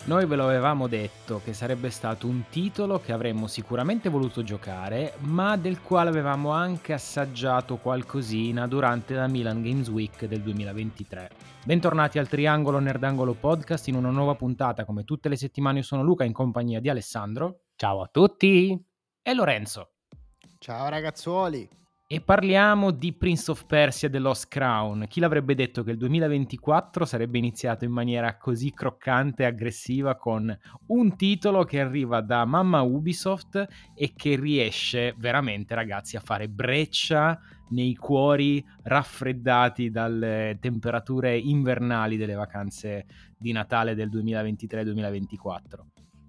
Noi ve lo avevamo detto che sarebbe stato un titolo che avremmo sicuramente voluto giocare, ma del quale avevamo anche assaggiato qualcosina durante la Milan Games Week del 2023. Bentornati al Triangolo Nerdangolo Podcast in una nuova puntata. Come tutte le settimane io sono Luca in compagnia di Alessandro Ciao a tutti! e Lorenzo. Ciao ragazzuoli! E parliamo di Prince of Persia: The Lost Crown. Chi l'avrebbe detto che il 2024 sarebbe iniziato in maniera così croccante e aggressiva con un titolo che arriva da mamma Ubisoft e che riesce veramente, ragazzi, a fare breccia nei cuori raffreddati dalle temperature invernali delle vacanze di Natale del 2023-2024.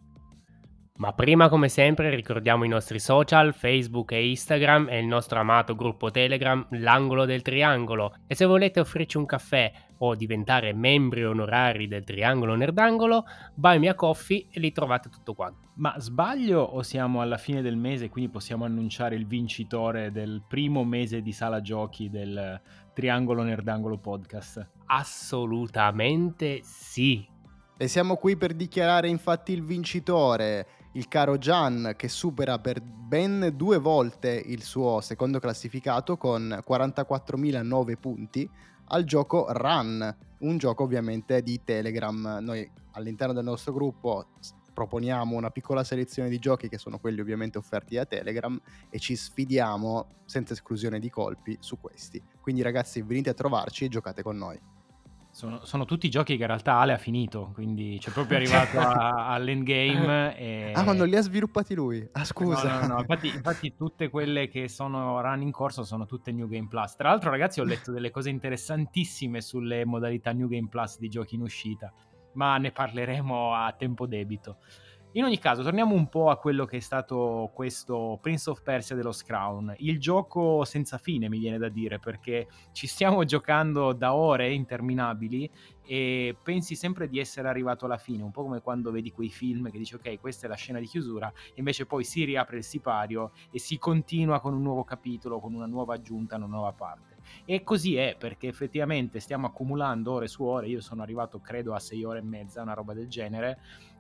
Ma prima, come sempre, ricordiamo i nostri social, Facebook e Instagram e il nostro amato gruppo Telegram, l'Angolo del Triangolo. E se volete offrirci un caffè o diventare membri onorari del Triangolo Nerdangolo, Buy Me a Coffee e lì trovate tutto quanto. Ma sbaglio o siamo alla fine del mese, quindi possiamo annunciare il vincitore del primo mese di sala giochi del Triangolo Nerdangolo Podcast? Assolutamente sì! E siamo qui per dichiarare infatti il vincitore, il caro Gian, che supera per ben 2 volte il suo secondo classificato con 44.009 punti al gioco Run, un gioco ovviamente di Telegram. Noi all'interno del nostro gruppo proponiamo una piccola selezione di giochi che sono quelli ovviamente offerti da Telegram e ci sfidiamo senza esclusione di colpi su questi. Quindi ragazzi, venite a trovarci e giocate con noi. Sono tutti giochi che in realtà Ale ha finito, quindi c'è proprio arrivato all'endgame Ah, ma e... non li ha sviluppati lui? Ah, scusa. No. Infatti tutte quelle che sono run in corso sono tutte New Game Plus. Tra l'altro, ragazzi, ho letto delle cose interessantissime sulle modalità New Game Plus di giochi in uscita, ma ne parleremo a tempo debito. In ogni caso, torniamo un po' a quello che è stato questo Prince of Persia: The Lost Crown, il gioco senza fine, mi viene da dire, perché ci stiamo giocando da ore interminabili e pensi sempre di essere arrivato alla fine, un po' come quando vedi quei film che dici ok, questa è la scena di chiusura, invece poi si riapre il sipario e si continua con un nuovo capitolo, con una nuova aggiunta, una nuova parte. E così è, perché effettivamente stiamo accumulando ore su ore. Io sono arrivato credo a 6 ore e mezza, una roba del genere,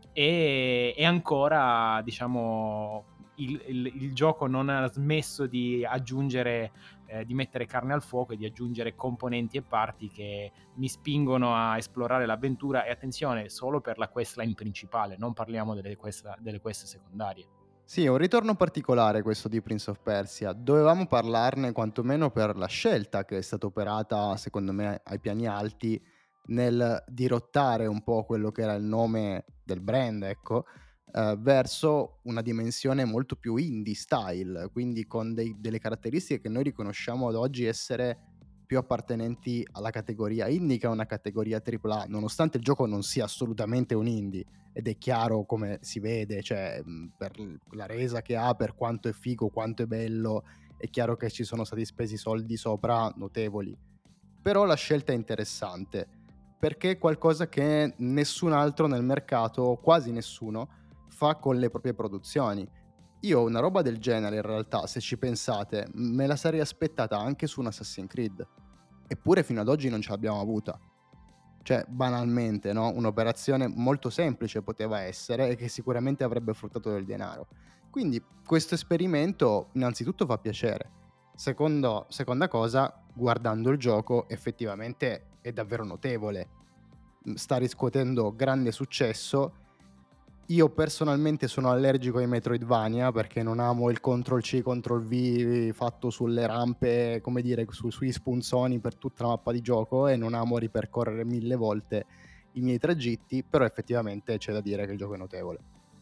e ancora, diciamo, il gioco non ha smesso di aggiungere, di mettere carne al fuoco e di aggiungere componenti e parti che mi spingono a esplorare l'avventura. E attenzione, solo per la questline principale, non parliamo delle quest secondarie. Sì, è un ritorno particolare questo di Prince of Persia. Dovevamo parlarne quantomeno per la scelta che è stata operata, secondo me, ai piani alti nel dirottare un po' quello che era il nome del brand, ecco, verso una dimensione molto più indie style, quindi con delle caratteristiche che noi riconosciamo ad oggi essere più appartenenti alla categoria indie che a una categoria AAA, nonostante il gioco non sia assolutamente un indie. Ed è chiaro come si vede, cioè per la resa che ha, per quanto è figo, quanto è bello, è chiaro che ci sono stati spesi soldi sopra notevoli. Però la scelta è interessante, perché è qualcosa che nessun altro nel mercato, quasi nessuno, fa con le proprie produzioni. Io una roba del genere in realtà, se ci pensate, me la sarei aspettata anche su un Assassin's Creed. Eppure fino ad oggi non ce l'abbiamo avuta. Cioè, banalmente, no? Un'operazione molto semplice poteva essere e che sicuramente avrebbe fruttato del denaro. Quindi questo esperimento innanzitutto fa piacere. Seconda cosa, guardando il gioco, effettivamente è davvero notevole. Sta riscuotendo grande successo. Io personalmente sono allergico ai Metroidvania perché non amo il Ctrl-C, Ctrl-V fatto sulle rampe, come dire, sui spunzoni per tutta la mappa di gioco, e non amo ripercorrere 1000 volte i miei tragitti, però effettivamente c'è da dire che il gioco è notevole.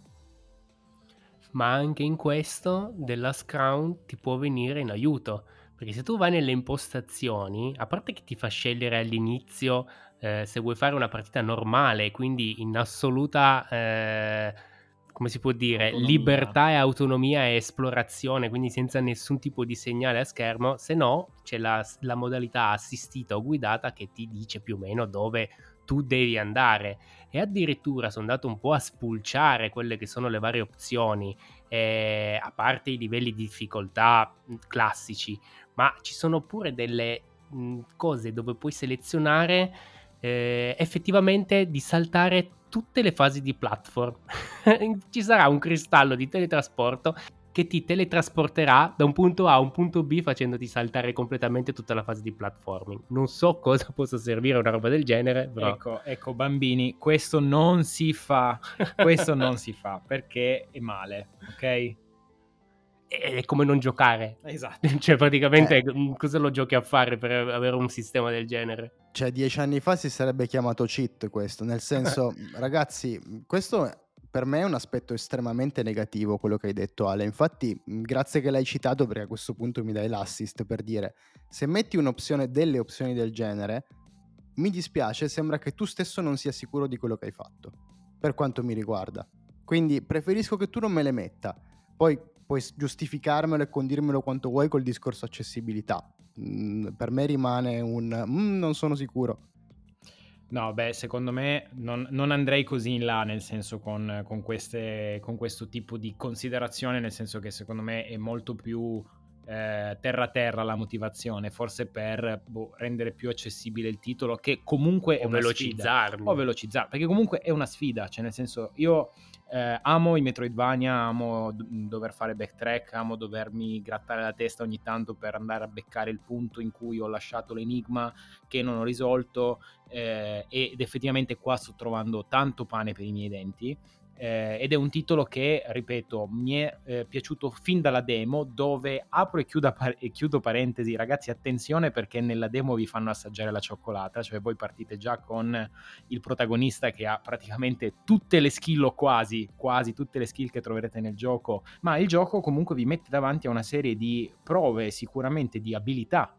Ma anche in questo The Last Crown ti può venire in aiuto, perché se tu vai nelle impostazioni, a parte che ti fa scegliere all'inizio se vuoi fare una partita normale, quindi in assoluta, come si può dire, Autonomia. libertà e autonomia e esplorazione, quindi senza nessun tipo di segnale a schermo, se no c'è la modalità assistita o guidata che ti dice più o meno dove tu devi andare. E addirittura sono andato un po' a spulciare quelle che sono le varie opzioni, a parte i livelli di difficoltà classici, ma ci sono pure delle cose dove puoi selezionare effettivamente di saltare tutte le fasi di platform. Ci sarà un cristallo di teletrasporto che ti teletrasporterà da un punto A a un punto B facendoti saltare completamente tutta la fase di platforming. Non so cosa possa servire una roba del genere, però... Ecco, bambini, questo non si fa perché è male, ok? È come non giocare. Esatto. Cioè, praticamente, cosa lo giochi a fare per avere un sistema del genere? Cioè, 10 anni fa si sarebbe chiamato cheat questo, nel senso, ragazzi, questo per me è un aspetto estremamente negativo, quello che hai detto, Ale. Infatti, grazie che l'hai citato, perché a questo punto mi dai l'assist per dire, se metti delle opzioni del genere, mi dispiace, sembra che tu stesso non sia sicuro di quello che hai fatto, per quanto mi riguarda. Quindi preferisco che tu non me le metta. Poi puoi giustificarmelo e condirmelo quanto vuoi col discorso accessibilità. Per me rimane un non sono sicuro. No, beh, secondo me non andrei così in là, nel senso con questo tipo di considerazione, nel senso che secondo me è molto più terra a terra la motivazione, forse per rendere più accessibile il titolo, che comunque è O una velocizzarlo. sfida. O velocizzarlo, perché comunque è una sfida, cioè nel senso io amo i Metroidvania, amo dover fare backtrack, amo dovermi grattare la testa ogni tanto per andare a beccare il punto in cui ho lasciato l'enigma che non ho risolto, ed effettivamente qua sto trovando tanto pane per i miei denti, ed è un titolo che, ripeto, mi è piaciuto fin dalla demo, dove apro e chiudo parentesi, ragazzi, attenzione, perché nella demo vi fanno assaggiare la cioccolata, cioè voi partite già con il protagonista che ha praticamente tutte le skill, o quasi tutte le skill che troverete nel gioco, ma il gioco comunque vi mette davanti a una serie di prove, sicuramente di abilità,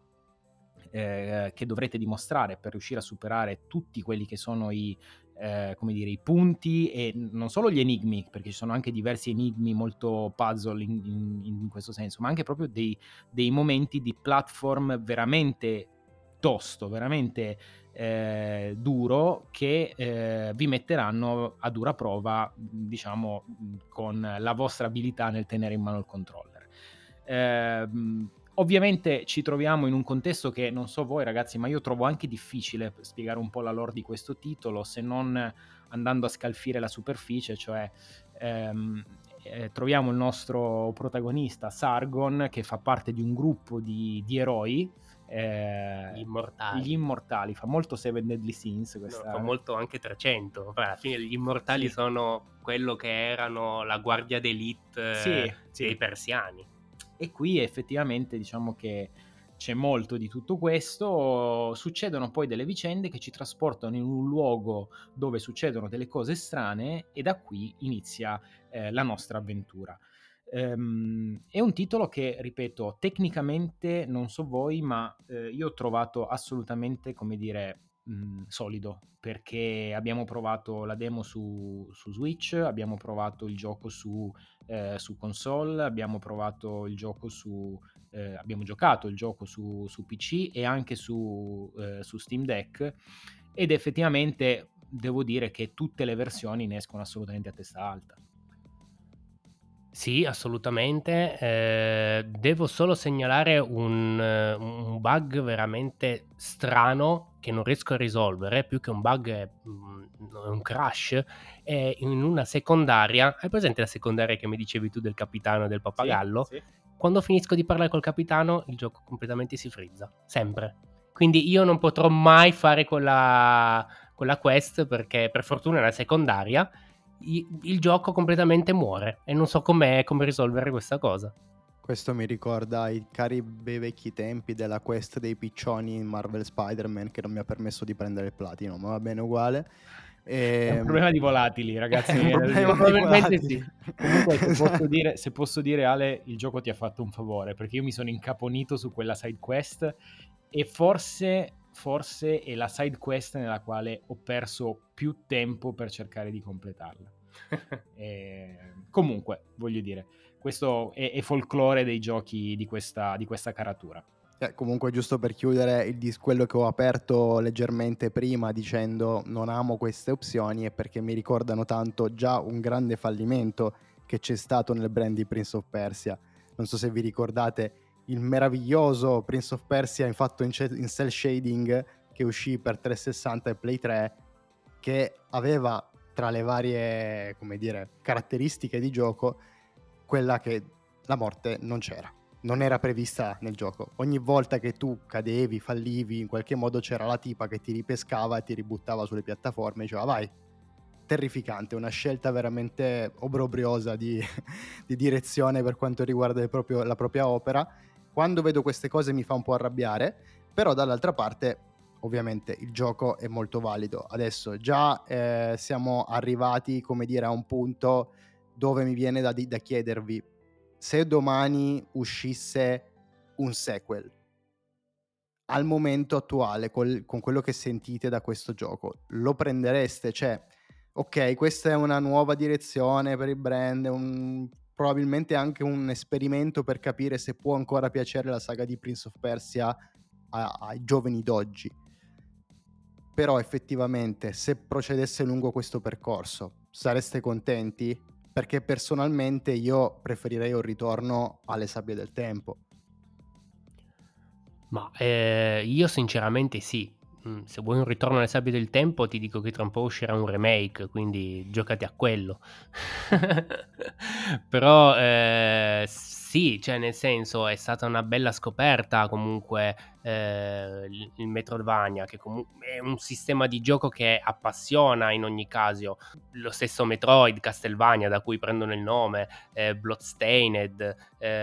che dovrete dimostrare per riuscire a superare tutti quelli che sono i punti, e non solo gli enigmi, perché ci sono anche diversi enigmi molto puzzle in questo senso, ma anche proprio dei momenti di platform veramente tosto, veramente duro, che vi metteranno a dura prova, diciamo, con la vostra abilità nel tenere in mano il controller. Ovviamente ci troviamo in un contesto che, non so voi ragazzi, ma io trovo anche difficile spiegare un po' la lore di questo titolo, se non andando a scalfire la superficie, cioè troviamo il nostro protagonista Sargon, che fa parte di un gruppo di eroi, gli immortali, fa molto Seven Deadly Sins questa. No, fa molto anche 300. Alla fine gli immortali sono quello che erano la guardia d'élite dei persiani. E qui effettivamente diciamo che c'è molto di tutto questo. Succedono poi delle vicende che ci trasportano in un luogo dove succedono delle cose strane, e da qui inizia la nostra avventura. È un titolo che, ripeto, tecnicamente, non so voi, ma io ho trovato assolutamente, come dire, solido, perché abbiamo provato la demo su Switch, abbiamo provato il gioco su console, abbiamo provato il gioco abbiamo giocato il gioco su PC e anche su Steam Deck, ed effettivamente devo dire che tutte le versioni ne escono assolutamente a testa alta. Sì, assolutamente. Devo solo segnalare un bug veramente strano che non riesco a risolvere, più che un bug è un crash. È in una secondaria, hai presente la secondaria che mi dicevi tu del capitano e del pappagallo? Sì. Quando finisco di parlare col capitano, il gioco completamente si frizza, sempre. Quindi io non potrò mai fare quella quest, perché per fortuna è una secondaria. Il gioco completamente muore e non so come risolvere questa cosa. Questo mi ricorda i cari bei vecchi tempi della quest dei piccioni in Marvel Spider-Man, che non mi ha permesso di prendere il platino, ma va bene uguale. È un problema di volatili, ragazzi. È un problema di Probabilmente volatili. sì. Comunque, Esatto. se posso dire, Ale, il gioco ti ha fatto un favore, perché io mi sono incaponito su quella side quest, e forse è la side quest nella quale ho perso più tempo per cercare di completarla. Comunque, voglio dire, questo è folklore dei giochi di questa caratura. Comunque, giusto per chiudere quello che ho aperto leggermente prima dicendo non amo queste opzioni, è perché mi ricordano tanto già un grande fallimento che c'è stato nel brand di Prince of Persia. Non so se vi ricordate il meraviglioso Prince of Persia fatto in cell shading, che uscì per 360 e Play 3, che aveva tra le varie, come dire, caratteristiche di gioco, quella che la morte non era prevista nel gioco. Ogni volta che tu cadevi, fallivi, in qualche modo c'era la tipa che ti ripescava e ti ributtava sulle piattaforme e diceva vai. Terrificante, una scelta veramente obbrobriosa di, di direzione per quanto riguarda la propria opera. Quando vedo queste cose mi fa un po' arrabbiare, però dall'altra parte ovviamente il gioco è molto valido. Adesso già siamo arrivati, come dire, a un punto dove mi viene da chiedervi: se domani uscisse un sequel, al momento attuale, con quello che sentite da questo gioco, lo prendereste? Cioè, ok, questa è una nuova direzione per il brand, probabilmente anche un esperimento per capire se può ancora piacere la saga di Prince of Persia ai giovani d'oggi. Però effettivamente, se procedesse lungo questo percorso, sareste contenti? Perché personalmente io preferirei un ritorno alle Sabbie del Tempo. Ma io sinceramente sì. Se vuoi un ritorno alle Sabbie del Tempo, ti dico che tra un po' uscirà un remake, quindi giocati a quello. Però sì, cioè nel senso è stata una bella scoperta comunque il Metroidvania, che comunque è un sistema di gioco che appassiona in ogni caso. Lo stesso Metroid, Castlevania, da cui prendono il nome, Bloodstained,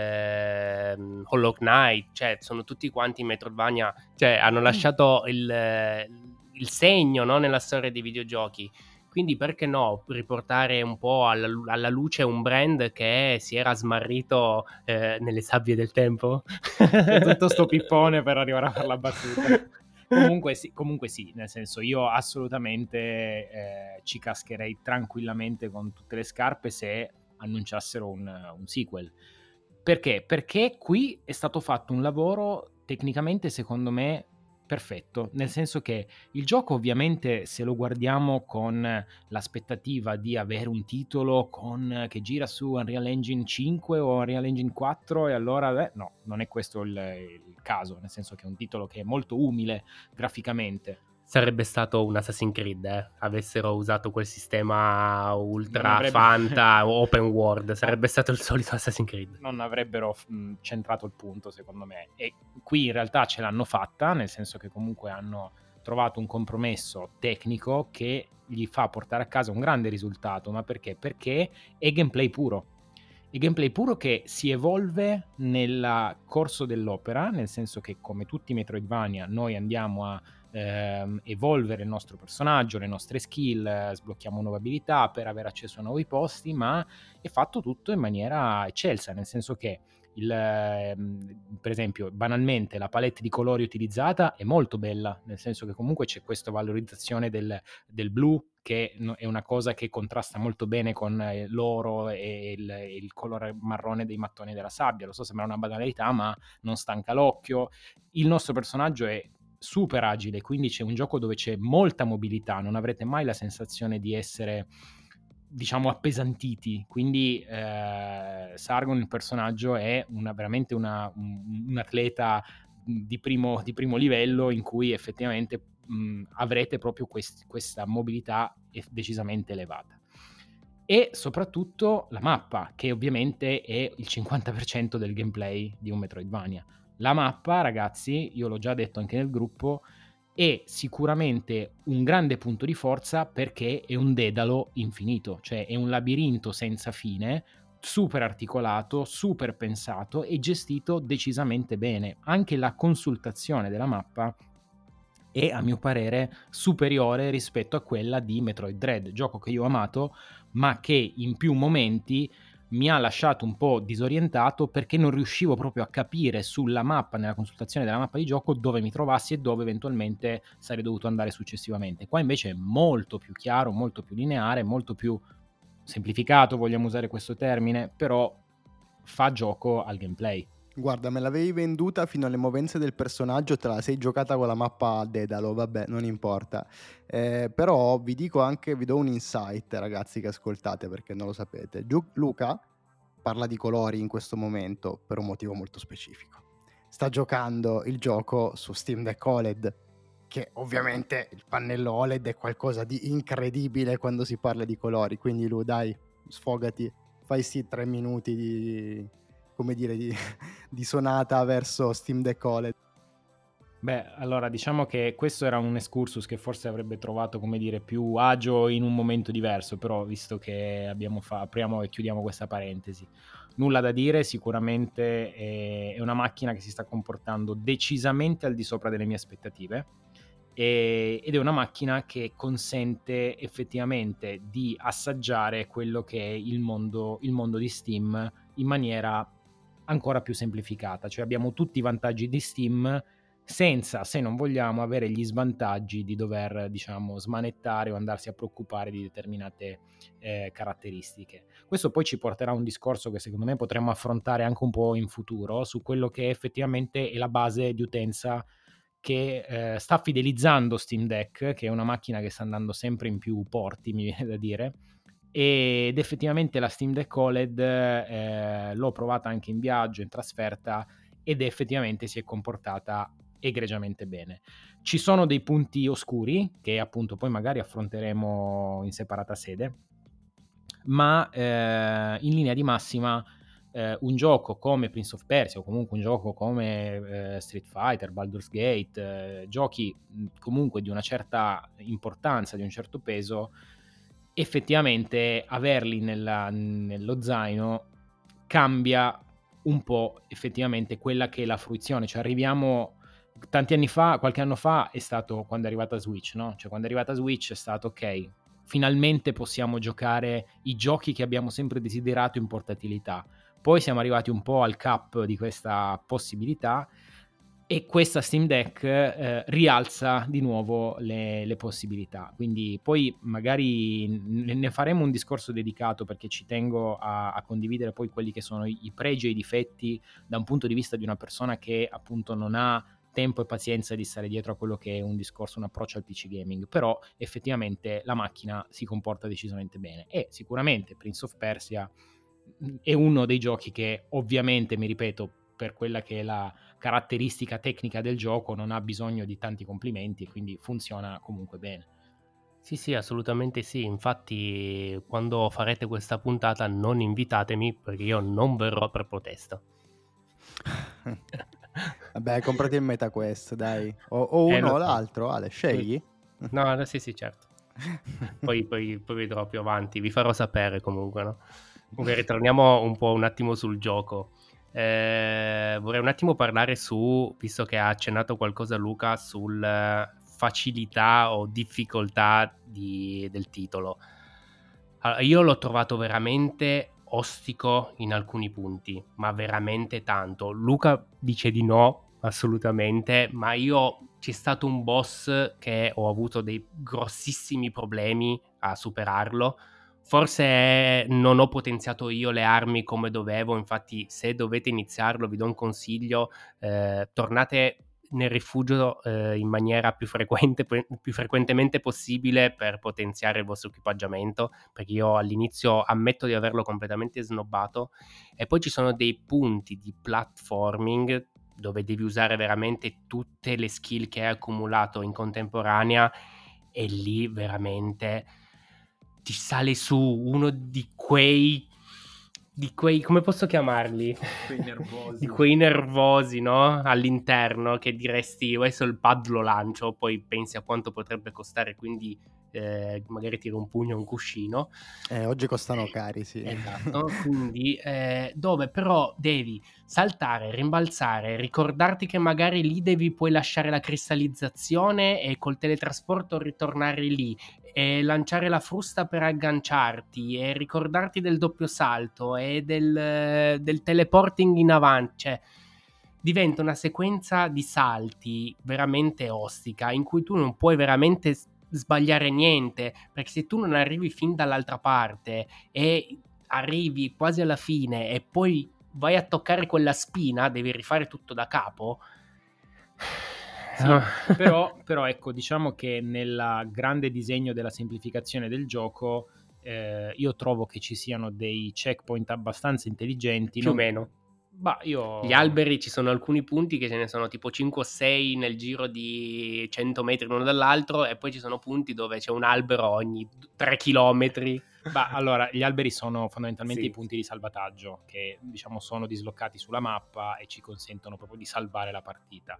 Hollow Knight, cioè sono tutti quanti Metroidvania, cioè hanno lasciato il segno, no, nella storia dei videogiochi. Quindi perché no riportare un po' alla luce un brand che si era smarrito nelle sabbie del tempo? Tutto sto pippone per arrivare a fare la battuta. Comunque sì, nel senso io assolutamente ci cascherei tranquillamente con tutte le scarpe se annunciassero un sequel. Perché? Perché qui è stato fatto un lavoro tecnicamente secondo me perfetto, nel senso che il gioco ovviamente se lo guardiamo con l'aspettativa di avere un titolo che gira su Unreal Engine 5 o Unreal Engine 4 e allora no, non è questo il caso, nel senso che è un titolo che è molto umile graficamente. Sarebbe stato un Assassin's Creed, avessero usato quel sistema ultra avrebbe... fanta open world, sarebbe stato il solito Assassin's Creed. Non avrebbero centrato il punto secondo me, e qui in realtà ce l'hanno fatta, nel senso che comunque hanno trovato un compromesso tecnico che gli fa portare a casa un grande risultato. Ma perché? Perché è gameplay puro. Il gameplay puro che si evolve nel corso dell'opera, nel senso che come tutti i Metroidvania noi andiamo a evolvere il nostro personaggio, le nostre skill, sblocchiamo nuove abilità per avere accesso a nuovi posti, ma è fatto tutto in maniera eccelsa, nel senso che per esempio banalmente la palette di colori utilizzata è molto bella, nel senso che comunque c'è questa valorizzazione del blu, che è una cosa che contrasta molto bene con l'oro e il colore marrone dei mattoni della sabbia. Lo so, sembra una banalità, ma non stanca l'occhio. Il nostro personaggio è super agile, quindi c'è un gioco dove c'è molta mobilità, non avrete mai la sensazione di essere, diciamo, appesantiti. Quindi Sargon, il personaggio, è veramente un atleta di primo livello, in cui effettivamente avrete proprio questa mobilità decisamente elevata. E soprattutto la mappa, che ovviamente è il 50% del gameplay di un Metroidvania. La mappa, ragazzi, io l'ho già detto anche nel gruppo, è sicuramente un grande punto di forza perché è un dedalo infinito, cioè è un labirinto senza fine, super articolato, super pensato e gestito decisamente bene. Anche la consultazione della mappa è, a mio parere, superiore rispetto a quella di Metroid Dread, gioco che io ho amato, ma che in più momenti mi ha lasciato un po' disorientato perché non riuscivo proprio a capire sulla mappa, nella consultazione della mappa di gioco, dove mi trovassi e dove eventualmente sarei dovuto andare successivamente. Qua invece è molto più chiaro, molto più lineare, molto più semplificato, vogliamo usare questo termine, però fa gioco al gameplay. Guarda, me l'avevi venduta fino alle movenze del personaggio, te la sei giocata con la mappa a Dedalo, vabbè, non importa. Però vi dico anche, vi do un insight, ragazzi che ascoltate, perché non lo sapete. Luca parla di colori in questo momento per un motivo molto specifico. Sta giocando il gioco su Steam Deck OLED che ovviamente il pannello OLED è qualcosa di incredibile quando si parla di colori, quindi Lu, dai, sfogati, fai sì 3 minuti di, come dire, di, di sonata verso Steam Deck OLED. Beh, allora diciamo che questo era un excursus che forse avrebbe trovato, come dire, più agio in un momento diverso, però visto che apriamo e chiudiamo questa parentesi, nulla da dire, sicuramente è una macchina che si sta comportando decisamente al di sopra delle mie aspettative ed è una macchina che consente effettivamente di assaggiare quello che è il mondo di Steam in maniera ancora più semplificata, cioè abbiamo tutti i vantaggi di Steam senza, se non vogliamo, avere gli svantaggi di dover, diciamo, smanettare o andarsi a preoccupare di determinate caratteristiche. Questo poi ci porterà a un discorso che secondo me potremmo affrontare anche un po' in futuro su quello che effettivamente è la base di utenza che sta fidelizzando Steam Deck, che è una macchina che sta andando sempre in più porti, mi viene da dire, ed effettivamente la Steam Deck OLED l'ho provata anche in viaggio, in trasferta, ed effettivamente si è comportata egregiamente bene. Ci sono dei punti oscuri che appunto poi magari affronteremo in separata sede, ma in linea di massima un gioco come Prince of Persia o comunque un gioco come Street Fighter, Baldur's Gate, giochi comunque di una certa importanza, di un certo peso, effettivamente averli nello zaino cambia un po' effettivamente quella che è la fruizione, cioè arriviamo tanti anni fa, qualche anno fa è stato quando è arrivata Switch, no? Cioè quando è arrivata Switch è stato ok, finalmente possiamo giocare i giochi che abbiamo sempre desiderato in portatilità. Poi siamo arrivati un po' al cap di questa possibilità e questa Steam Deck rialza di nuovo le possibilità. Quindi poi magari ne faremo un discorso dedicato, perché ci tengo a condividere poi quelli che sono i pregi e i difetti da un punto di vista di una persona che appunto non ha tempo e pazienza di stare dietro a quello che è un discorso, un approccio al PC gaming, però effettivamente la macchina si comporta decisamente bene e sicuramente Prince of Persia è uno dei giochi che ovviamente, mi ripeto, per quella che è la caratteristica tecnica del gioco non ha bisogno di tanti complimenti e quindi funziona comunque bene. Sì, sì, assolutamente sì. Infatti, quando farete questa puntata non invitatemi perché io non verrò per protesta. Vabbè, comprati in MetaQuest, dai. O uno Lo o so. l'altro, Ale, scegli. No, sì, sì, certo. Poi vedrò più avanti, vi farò sapere comunque, no? Comunque ritorniamo un attimo sul gioco. Vorrei un attimo parlare visto che ha accennato qualcosa Luca, sul facilità o difficoltà del titolo. Allora, io l'ho trovato veramente ostico in alcuni punti, ma veramente tanto. Luca dice di no, assolutamente, ma c'è stato un boss che ho avuto dei grossissimi problemi a superarlo. Forse non ho potenziato io le armi come dovevo, infatti se dovete iniziarlo vi do un consiglio, tornate nel rifugio in maniera più frequentemente possibile per potenziare il vostro equipaggiamento, perché io all'inizio ammetto di averlo completamente snobbato. E poi ci sono dei punti di platforming dove devi usare veramente tutte le skill che hai accumulato in contemporanea e lì veramente ti sale su uno di quei come posso chiamarli? Quei nervosi. Di quei nervosi, no? All'interno che diresti adesso il pad lo lancio, poi pensi a quanto potrebbe costare, quindi magari tiri un pugno a un cuscino. Oggi costano cari, sì. Esatto, quindi dove però devi saltare, rimbalzare, ricordarti che magari lì devi poi lasciare la cristallizzazione e col teletrasporto ritornare lì e lanciare la frusta per agganciarti e ricordarti del doppio salto e del teleporting in avanti, cioè diventa una sequenza di salti veramente ostica in cui tu non puoi veramente sbagliare niente, perché se tu non arrivi fin dall'altra parte e arrivi quasi alla fine e poi vai a toccare quella spina, devi rifare tutto da capo. Sì, però ecco, diciamo che nel grande disegno della semplificazione del gioco io trovo che ci siano dei checkpoint abbastanza intelligenti. Più o meno. Bah, io... Gli alberi, ci sono alcuni punti che ce ne sono tipo 5 o 6 nel giro di 100 metri l'uno dall'altro, e poi ci sono punti dove c'è un albero ogni 3 chilometri. Bah, allora, gli alberi sono fondamentalmente Sì. i punti di salvataggio che, diciamo, sono dislocati sulla mappa e ci consentono proprio di salvare la partita.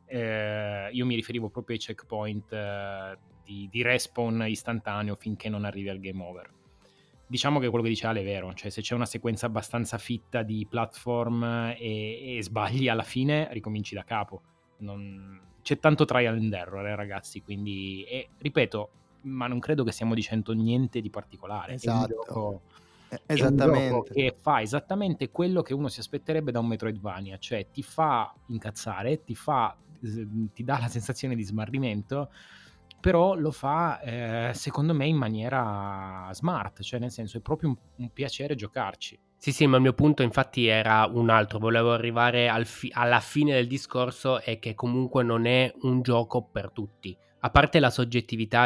Io mi riferivo proprio ai checkpoint di respawn istantaneo finché non arrivi al game over. Diciamo che quello che dice Ale è vero, cioè se c'è una sequenza abbastanza fitta di platform e sbagli alla fine, ricominci da capo. C'è tanto trial and error, ragazzi, quindi... E, ripeto, ma non credo che stiamo dicendo niente di particolare. Esatto. È un gioco Esattamente. che fa esattamente quello che uno si aspetterebbe da un Metroidvania, cioè ti fa incazzare, ti dà la sensazione di smarrimento, però lo fa secondo me in maniera smart, cioè nel senso è proprio un piacere giocarci. Sì, ma il mio punto infatti era un altro, volevo arrivare alla fine del discorso, è che comunque non è un gioco per tutti. A parte la soggettività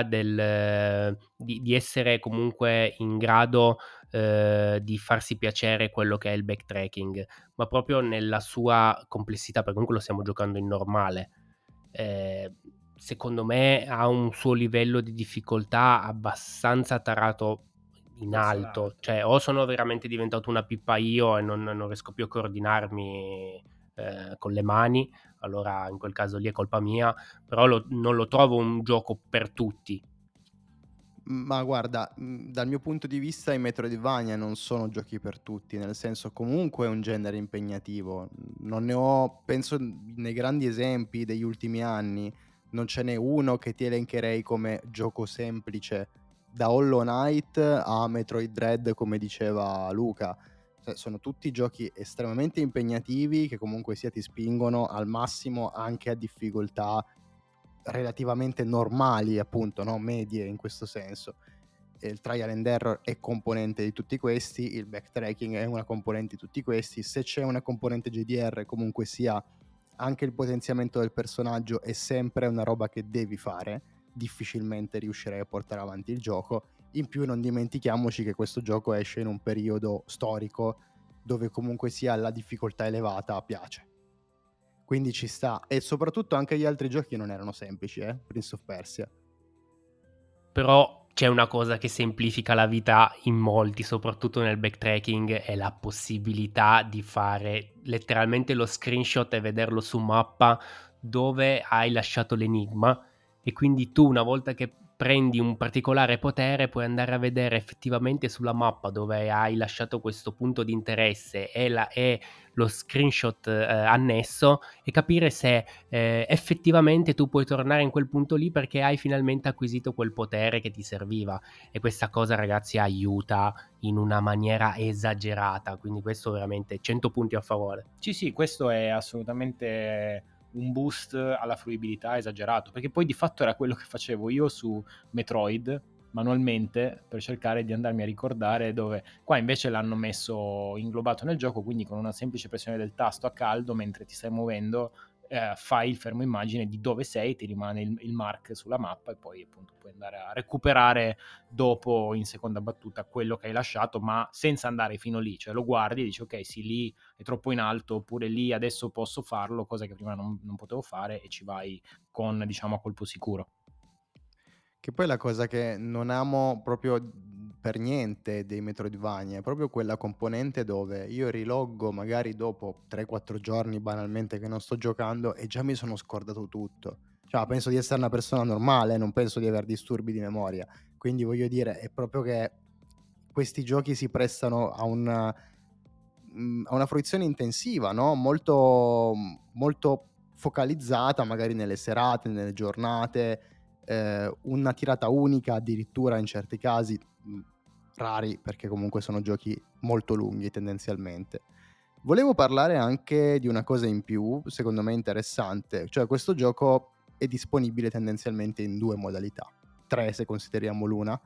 di essere comunque in grado di farsi piacere quello che è il backtracking, ma proprio nella sua complessità, perché comunque lo stiamo giocando in normale. Secondo me ha un suo livello di difficoltà abbastanza tarato in alto, cioè o sono veramente diventato una pippa io e non riesco più a coordinarmi con le mani, allora in quel caso lì è colpa mia, però non lo trovo un gioco per tutti. Ma guarda, dal mio punto di vista i Metroidvania non sono giochi per tutti, nel senso comunque è un genere impegnativo. Non ne ho, penso nei grandi esempi degli ultimi anni, non ce n'è uno che ti elencherei come gioco semplice, da Hollow Knight a Metroid Dread, come diceva Luca. Cioè, sono tutti giochi estremamente impegnativi che comunque sia ti spingono al massimo anche a difficoltà relativamente normali, appunto, no? Medie in questo senso. Il trial and error è componente di tutti questi, il backtracking è una componente di tutti questi. Se c'è una componente GDR, comunque sia, anche il potenziamento del personaggio è sempre una roba che devi fare, difficilmente riuscirei a portare avanti il gioco. In più non dimentichiamoci che questo gioco esce in un periodo storico dove comunque sia la difficoltà elevata piace, quindi ci sta. E soprattutto anche gli altri giochi non erano semplici, Prince of Persia. Però c'è una cosa che semplifica la vita in molti, soprattutto nel backtracking, è la possibilità di fare letteralmente lo screenshot e vederlo su mappa dove hai lasciato l'enigma, e quindi tu, una volta che prendi un particolare potere, puoi andare a vedere effettivamente sulla mappa dove hai lasciato questo punto di interesse e lo screenshot annesso, e capire se effettivamente tu puoi tornare in quel punto lì perché hai finalmente acquisito quel potere che ti serviva. E questa cosa, ragazzi, aiuta in una maniera esagerata, quindi questo veramente 100 punti a favore. Sì, questo è assolutamente un boost alla fruibilità esagerato, perché poi di fatto era quello che facevo io su Metroid manualmente per cercare di andarmi a ricordare dove. Qua invece l'hanno messo inglobato nel gioco, quindi con una semplice pressione del tasto a caldo mentre ti stai muovendo fai il fermo immagine di dove sei, ti rimane il mark sulla mappa e poi appunto puoi andare a recuperare dopo in seconda battuta quello che hai lasciato, ma senza andare fino lì, cioè lo guardi e dici ok sì, lì è troppo in alto, oppure lì adesso posso farlo, cosa che prima non potevo fare, e ci vai con, diciamo, a colpo sicuro. Che poi la cosa che non amo proprio per niente dei Metroidvania è proprio quella componente dove io riloggo magari dopo 3-4 giorni banalmente che non sto giocando e già mi sono scordato tutto. Cioè, penso di essere una persona normale, non penso di aver disturbi di memoria. Quindi voglio dire, è proprio che questi giochi si prestano a una fruizione intensiva, no? Molto, molto focalizzata, magari nelle serate, nelle giornate, una tirata unica addirittura in certi casi, rari perché comunque sono giochi molto lunghi tendenzialmente. Volevo parlare anche di una cosa in più, secondo me interessante, cioè questo gioco è disponibile tendenzialmente in 2 modalità, 3 se consideriamo l'una.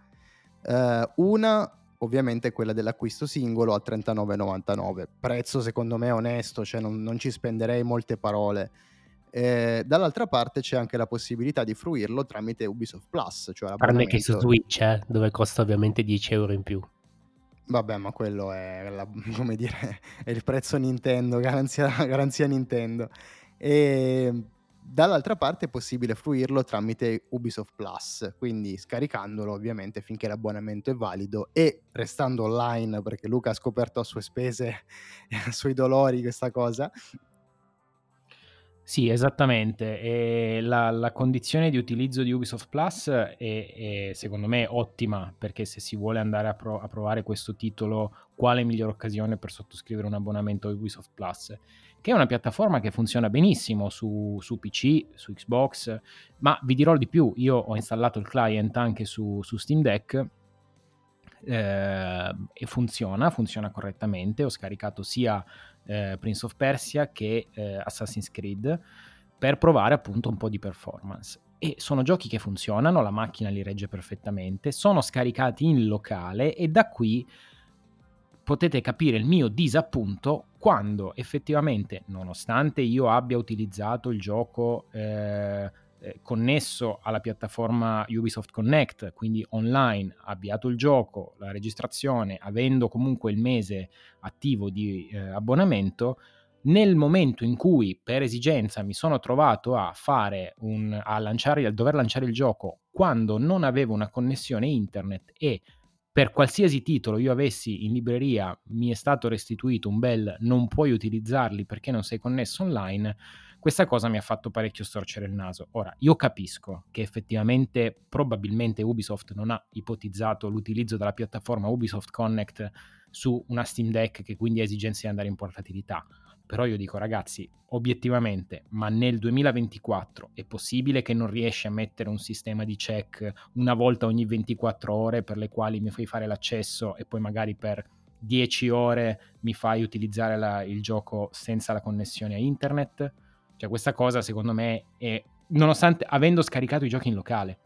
Una ovviamente è quella dell'acquisto singolo a €39,99, prezzo secondo me onesto, cioè non ci spenderei molte parole. Dall'altra parte c'è anche la possibilità di fruirlo tramite Ubisoft Plus, cioè Tranne che su l'abbonamento. Switch, dove costa ovviamente 10 euro in più. Vabbè, ma quello è come dire, è il prezzo Nintendo, garanzia Nintendo. Dall'altra parte è possibile fruirlo tramite Ubisoft Plus, quindi scaricandolo ovviamente finché l'abbonamento è valido e restando online, perché Luca ha scoperto a sue spese e a suoi dolori questa cosa. Sì, esattamente. E la condizione di utilizzo di Ubisoft Plus è secondo me ottima, perché se si vuole andare a provare questo titolo, quale migliore occasione per sottoscrivere un abbonamento a Ubisoft Plus? Che è una piattaforma che funziona benissimo su PC, su Xbox, ma vi dirò di più, io ho installato il client anche su Steam Deck e funziona correttamente. Ho scaricato sia Prince of Persia che Assassin's Creed per provare appunto un po' di performance. E sono giochi che funzionano, la macchina li regge perfettamente, sono scaricati in locale e da qui potete capire il mio disappunto quando effettivamente, nonostante io abbia utilizzato il gioco connesso alla piattaforma Ubisoft Connect, quindi online, avviato il gioco, la registrazione, avendo comunque il mese attivo di abbonamento, nel momento in cui per esigenza mi sono trovato a dover lanciare il gioco quando non avevo una connessione internet e per qualsiasi titolo io avessi in libreria mi è stato restituito un bel non puoi utilizzarli perché non sei connesso online, questa cosa mi ha fatto parecchio storcere il naso. Ora, io capisco che effettivamente probabilmente Ubisoft non ha ipotizzato l'utilizzo della piattaforma Ubisoft Connect su una Steam Deck che quindi ha esigenze di andare in portatilità. Però io dico ragazzi, obiettivamente, ma nel 2024 è possibile che non riesci a mettere un sistema di check una volta ogni 24 ore per le quali mi fai fare l'accesso e poi magari per 10 ore mi fai utilizzare il gioco senza la connessione a internet? Cioè questa cosa secondo me è, nonostante avendo scaricato i giochi in locale.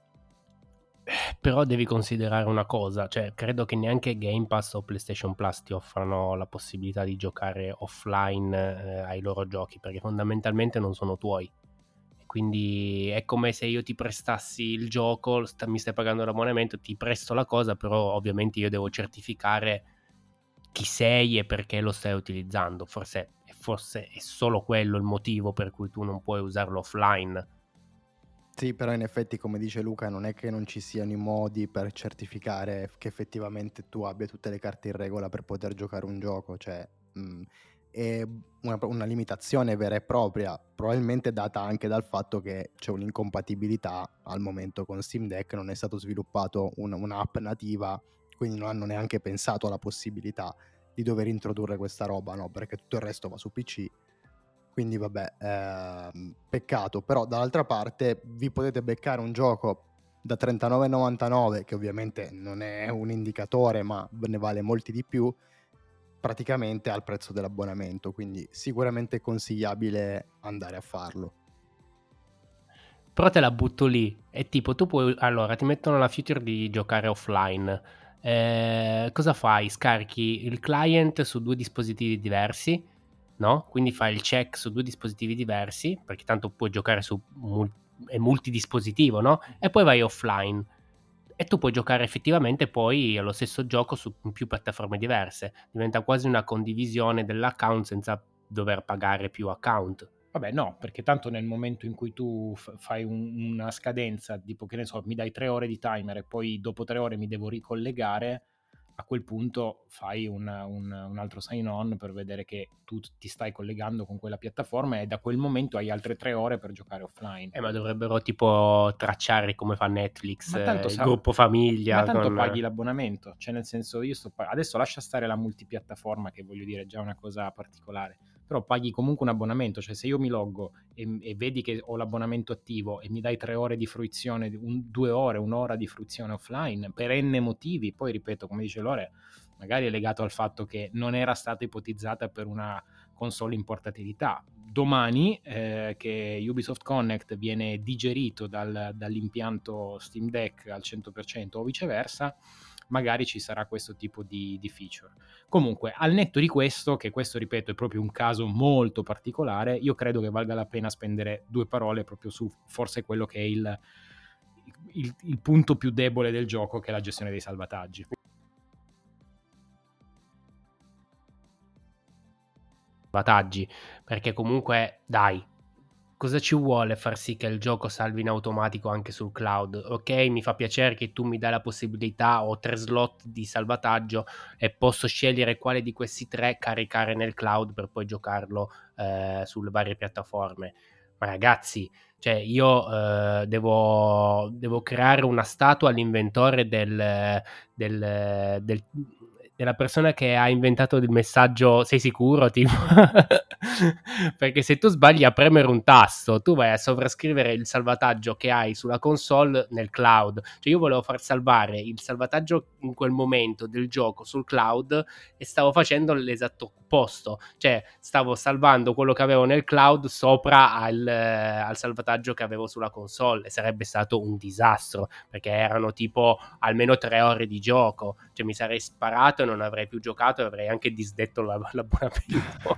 Però devi considerare una cosa, cioè credo che neanche Game Pass o PlayStation Plus ti offrano la possibilità di giocare offline ai loro giochi, perché fondamentalmente non sono tuoi. Quindi è come se io ti prestassi il gioco, mi stai pagando l'abbonamento, ti presto la cosa, però ovviamente io devo certificare chi sei e perché lo stai utilizzando. Forse è solo quello il motivo per cui tu non puoi usarlo offline. Sì, però in effetti, come dice Luca, non è che non ci siano i modi per certificare che effettivamente tu abbia tutte le carte in regola per poter giocare un gioco, cioè è una limitazione vera e propria, probabilmente data anche dal fatto che c'è un'incompatibilità al momento con Steam Deck, non è stato sviluppato un'app nativa, quindi non hanno neanche pensato alla possibilità di dover introdurre questa roba, no? Perché tutto il resto va su PC. Quindi vabbè, peccato, però dall'altra parte vi potete beccare un gioco da 39,99, che ovviamente non è un indicatore, ma ne vale molti di più, praticamente al prezzo dell'abbonamento, quindi sicuramente consigliabile andare a farlo. Però te la butto lì, è tipo tu puoi, allora ti mettono la feature di giocare offline. Cosa fai? Scarichi il client su 2 dispositivi diversi, no? Quindi fai il check su 2 dispositivi diversi, perché tanto puoi giocare su è multidispositivo, no? E poi vai offline. E tu puoi giocare effettivamente poi allo stesso gioco su più piattaforme diverse. Diventa quasi una condivisione dell'account senza dover pagare più account. Vabbè, no, perché tanto nel momento in cui tu fai una scadenza, tipo che ne so, mi dai 3 ore di timer e poi dopo 3 ore mi devo ricollegare, a quel punto fai un altro sign on per vedere che tu ti stai collegando con quella piattaforma e da quel momento hai altre 3 ore per giocare offline. Ma dovrebbero tipo tracciare come fa Netflix, Ma tanto, il gruppo ma famiglia tanto con... paghi l'abbonamento, cioè nel senso io adesso lascia stare la multipiattaforma che voglio dire è già una cosa particolare, però paghi comunque un abbonamento, cioè se io mi loggo e vedi che ho l'abbonamento attivo e mi dai 3 ore di fruizione, 2 ore, un'ora di fruizione offline per n motivi, poi ripeto come dice Lore, magari è legato al fatto che non era stata ipotizzata per una console in portatilità. Domani che Ubisoft Connect viene digerito dall'impianto Steam Deck al 100% o viceversa, magari ci sarà questo tipo di feature. Comunque, al netto di questo, che questo ripeto è proprio un caso molto particolare, io credo che valga la pena spendere 2 parole proprio su forse quello che è il punto più debole del gioco, che è la gestione dei salvataggi. salvataggi, perché comunque dai, cosa ci vuole far sì che il gioco salvi in automatico anche sul cloud? Ok, mi fa piacere che tu mi dai la possibilità, ho 3 slot di salvataggio e posso scegliere quale di questi 3 caricare nel cloud per poi giocarlo sulle varie piattaforme. Ma ragazzi, cioè io devo creare una statua all'inventore della persona che ha inventato il messaggio sei sicuro? Tipo perché se tu sbagli a premere un tasto, tu vai a sovrascrivere il salvataggio che hai sulla console nel cloud. Cioè io volevo far salvare il salvataggio in quel momento del gioco sul cloud e stavo facendo l'esatto opposto, cioè stavo salvando quello che avevo nel cloud sopra al salvataggio che avevo sulla console, e sarebbe stato un disastro perché erano tipo almeno 3 ore di gioco, cioè mi sarei sparato e non avrei più giocato e avrei anche disdetto l'abbonamento.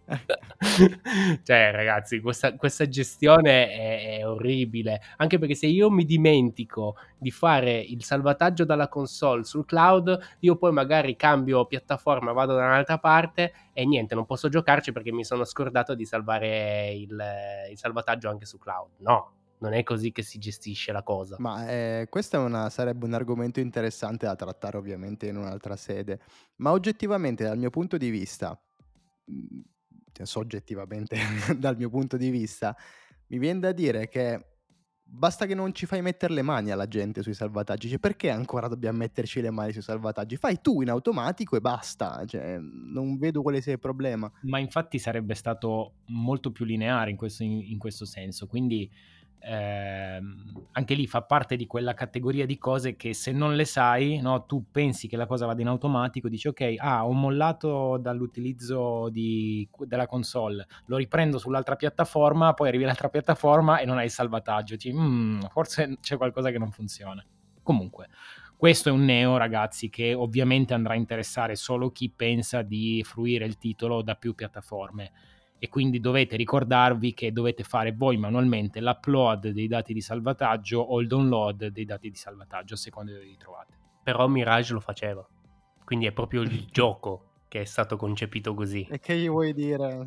Cioè ragazzi, questa gestione è orribile, anche perché se io mi dimentico di fare il salvataggio dalla console sul cloud, io poi magari cambio piattaforma, vado da un'altra parte e niente, non posso giocarci perché mi sono scordato di salvare il salvataggio anche su cloud. No, non è così che si gestisce la cosa. Ma questo sarebbe un argomento interessante da trattare ovviamente in un'altra sede, ma oggettivamente dal mio punto di vista, cioè soggettivamente dal mio punto di vista, mi vien da dire che basta che non ci fai mettere le mani alla gente sui salvataggi, cioè perché ancora dobbiamo metterci le mani sui salvataggi? Fai tu in automatico e basta, cioè non vedo quale sia il problema. Ma infatti sarebbe stato molto più lineare in questo senso, quindi anche lì fa parte di quella categoria di cose che se non le sai, no, tu pensi che la cosa vada in automatico, dici ok, ho mollato dall'utilizzo della console, lo riprendo sull'altra piattaforma, poi arrivi all'altra piattaforma e non hai il salvataggio, forse c'è qualcosa che non funziona. Comunque, questo è un neo, ragazzi, che ovviamente andrà a interessare solo chi pensa di fruire il titolo da più piattaforme, e quindi dovete ricordarvi che dovete fare voi manualmente l'upload dei dati di salvataggio o il download dei dati di salvataggio a seconda di dove li trovate. Però Mirage lo faceva, quindi è proprio il gioco che è stato concepito così. E che gli vuoi dire?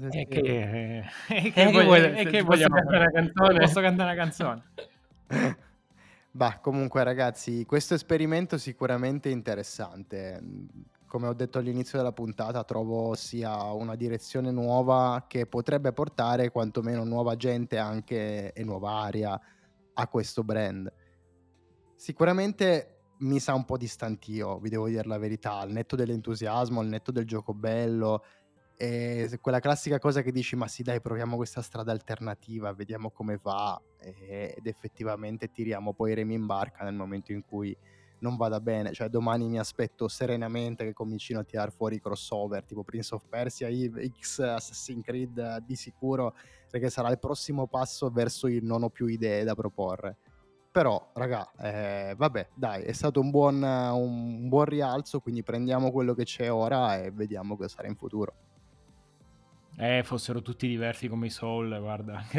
Che vogliamo cantare una canzone? Posso cantare una canzone? Bah, comunque ragazzi, questo esperimento sicuramente è interessante. Come ho detto all'inizio della puntata, trovo sia una direzione nuova che potrebbe portare quantomeno nuova gente anche e nuova aria a questo brand. Sicuramente mi sa un po' distantio, vi devo dire la verità, al netto dell'entusiasmo, al netto del gioco bello, quella classica cosa che dici: "Ma sì dai, proviamo questa strada alternativa, vediamo come va", ed effettivamente tiriamo poi i remi in barca nel momento in cui non vada bene. Cioè domani mi aspetto serenamente che comincino a tirar fuori i crossover, tipo Prince of Persia, Eve, X, Assassin's Creed, di sicuro, perché sarà il prossimo passo verso il "non ho più idee da proporre". Però raga, vabbè dai, è stato un buon rialzo, quindi prendiamo quello che c'è ora e vediamo cosa sarà in futuro. Fossero tutti diversi come i Soul, guarda, che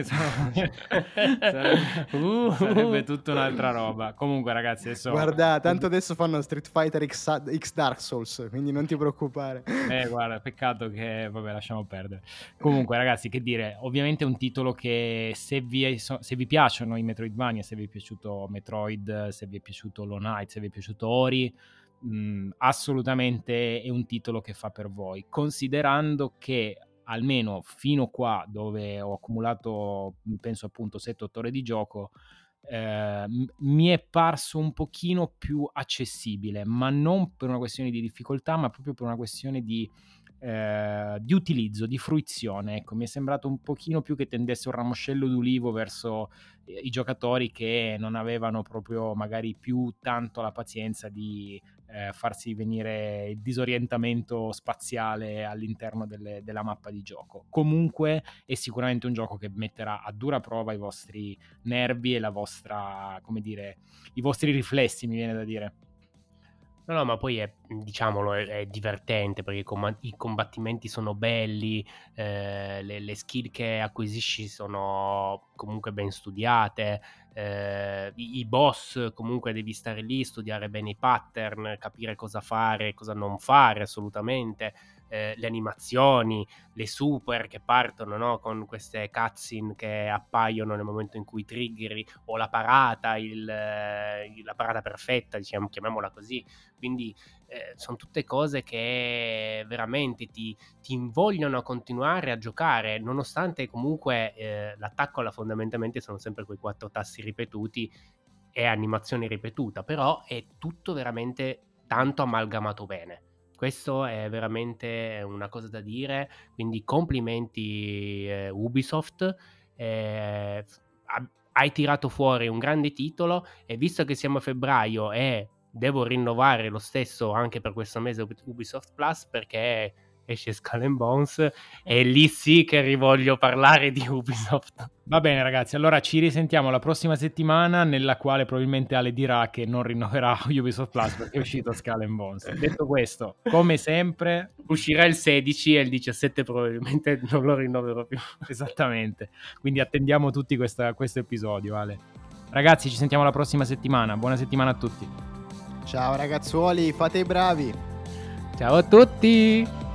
sarebbe tutta un'altra roba. Comunque, ragazzi, adesso Guarda, tanto adesso fanno Street Fighter X Dark Souls, quindi non ti preoccupare. guarda, peccato che, vabbè, lasciamo perdere. Comunque, ragazzi, che dire, ovviamente è un titolo che se vi piacciono i Metroidvania, se vi è piaciuto Metroid, se vi è piaciuto Hollow Knight, se vi è piaciuto Ori, assolutamente è un titolo che fa per voi, considerando che almeno fino qua, dove ho accumulato, penso appunto 7-8 ore di gioco, mi è parso un pochino più accessibile, ma non per una questione di difficoltà, ma proprio per una questione di utilizzo, di fruizione. Ecco, mi è sembrato un pochino più che tendesse un ramoscello d'ulivo verso i giocatori che non avevano proprio magari più tanto la pazienza di farsi venire il disorientamento spaziale all'interno della mappa di gioco. Comunque è sicuramente un gioco che metterà a dura prova i vostri nervi e la vostra, come dire, i vostri riflessi, mi viene da dire. No, ma poi diciamolo, è divertente perché i combattimenti sono belli, le skill che acquisisci sono comunque ben studiate, i boss comunque devi stare lì, studiare bene i pattern, capire cosa fare, cosa non fare assolutamente. le animazioni, le super che partono, no? Con queste cutscene che appaiono nel momento in cui triggeri, o la parata, la parata perfetta, diciamo, chiamiamola così. Quindi sono tutte cose che veramente ti invogliano a continuare a giocare, nonostante comunque l'attacco fondamentalmente sono sempre quei 4 tassi ripetuti e animazione ripetuta, però è tutto veramente tanto amalgamato bene. Questo è veramente una cosa da dire, quindi complimenti Ubisoft, hai tirato fuori un grande titolo, e visto che siamo a febbraio e devo rinnovare lo stesso anche per questo mese Ubisoft Plus, perché esce Skull and Bones, e lì sì che rivoglio parlare di Ubisoft. Va bene ragazzi, allora ci risentiamo la prossima settimana, nella quale probabilmente Ale dirà che non rinnoverà Ubisoft Plus perché è uscito Skull and Bones. Detto questo, come sempre, uscirà il 16 e il 17 probabilmente non lo rinnoverò più. Esattamente, quindi attendiamo tutti questo episodio, Ale. Ragazzi, ci sentiamo la prossima settimana, buona settimana a tutti. Ciao ragazzuoli, fate i bravi. Ciao a tutti!